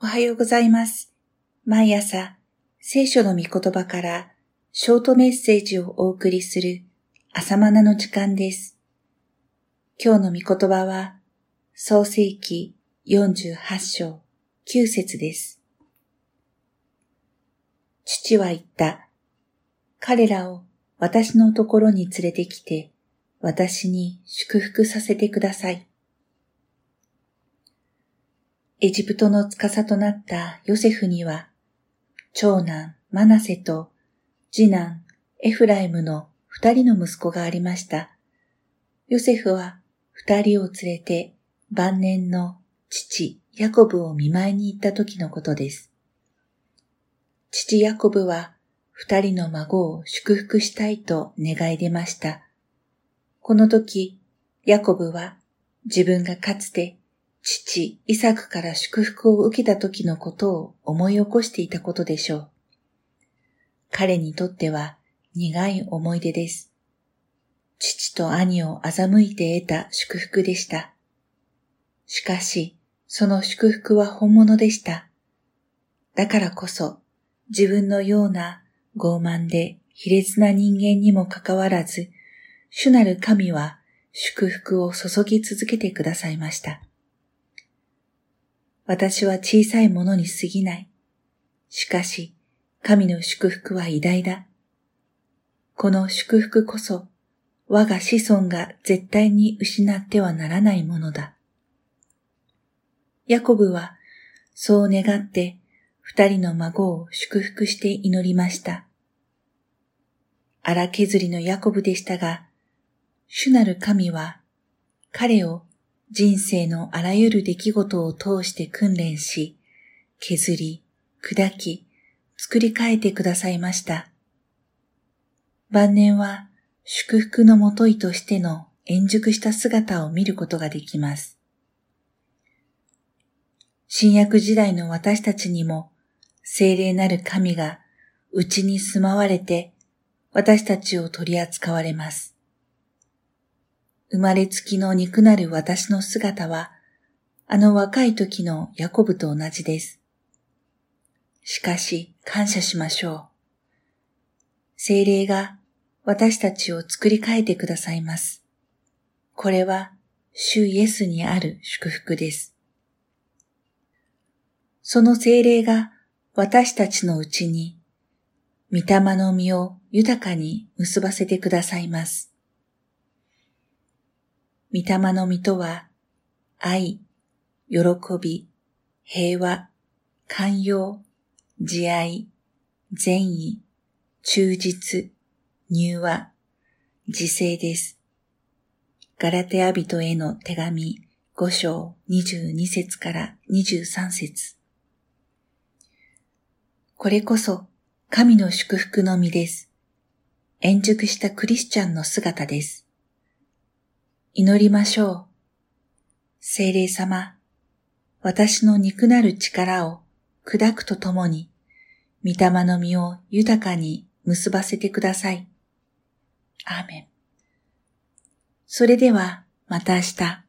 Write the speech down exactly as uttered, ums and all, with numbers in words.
はようございます。毎朝、聖書の御言葉からショートメッセージをお送りする朝マナの時間です。今日の御言葉は、創世記よんじゅうはち章きゅう節です。父は言った。彼らを私のところに連れてきて、私に祝福させてください。エジプトの司となったヨセフには、長男マナセと次男エフライムの二人の息子がありました。ヨセフは二人を連れて晩年の父ヤコブを見舞いに行った時のことです。父ヤコブは二人の孫を祝福したいと願い出ました。この時、ヤコブは自分がかつて父イサクから祝福を受けた時のことを思い起こしていたことでしょう。彼にとっては苦い思い出です。父と兄を欺いて得た祝福でした。しかし、その祝福は本物でした。だからこそ、自分のような傲慢で卑劣な人間にもかかわらず、主なる神は祝福を注ぎ続けてくださいました。私は小さいものに過ぎない。しかし、神の祝福は偉大だ。この祝福こそ、我が子孫が絶対に失ってはならないものだ。ヤコブは、そう願って、二人の孫を祝福して祈りました。荒削りのヤコブでしたが、主なる神は、彼を人生のあらゆる出来事を通して訓練し、削り、砕き、作り変えてくださいました。晩年は祝福のもといとしての円熟した姿を見ることができます。新約時代の私たちにも、聖霊なる神が内に住まわれて、私たちを取り扱われます。生まれつきの肉なる私の姿は、あの若い時のヤコブと同じです。しかし、感謝しましょう。聖霊が私たちを作り変えてくださいます。これは、主イエスにある祝福です。その聖霊が私たちのうちに、御霊の実を豊かに結ばせてくださいます。御霊の実とは、愛、喜び、平和、寛容、慈愛、善意、忠実、柔和、自制です。ガラテヤ人への手紙ご章にじゅうに節からにじゅうさん節。これこそ神の祝福の実です。円熟したクリスチャンの姿です。祈りましょう。聖霊様、私の肉なる力を砕くとともに、御霊の実を豊かに結ばせてください。アーメン。それではまた明日。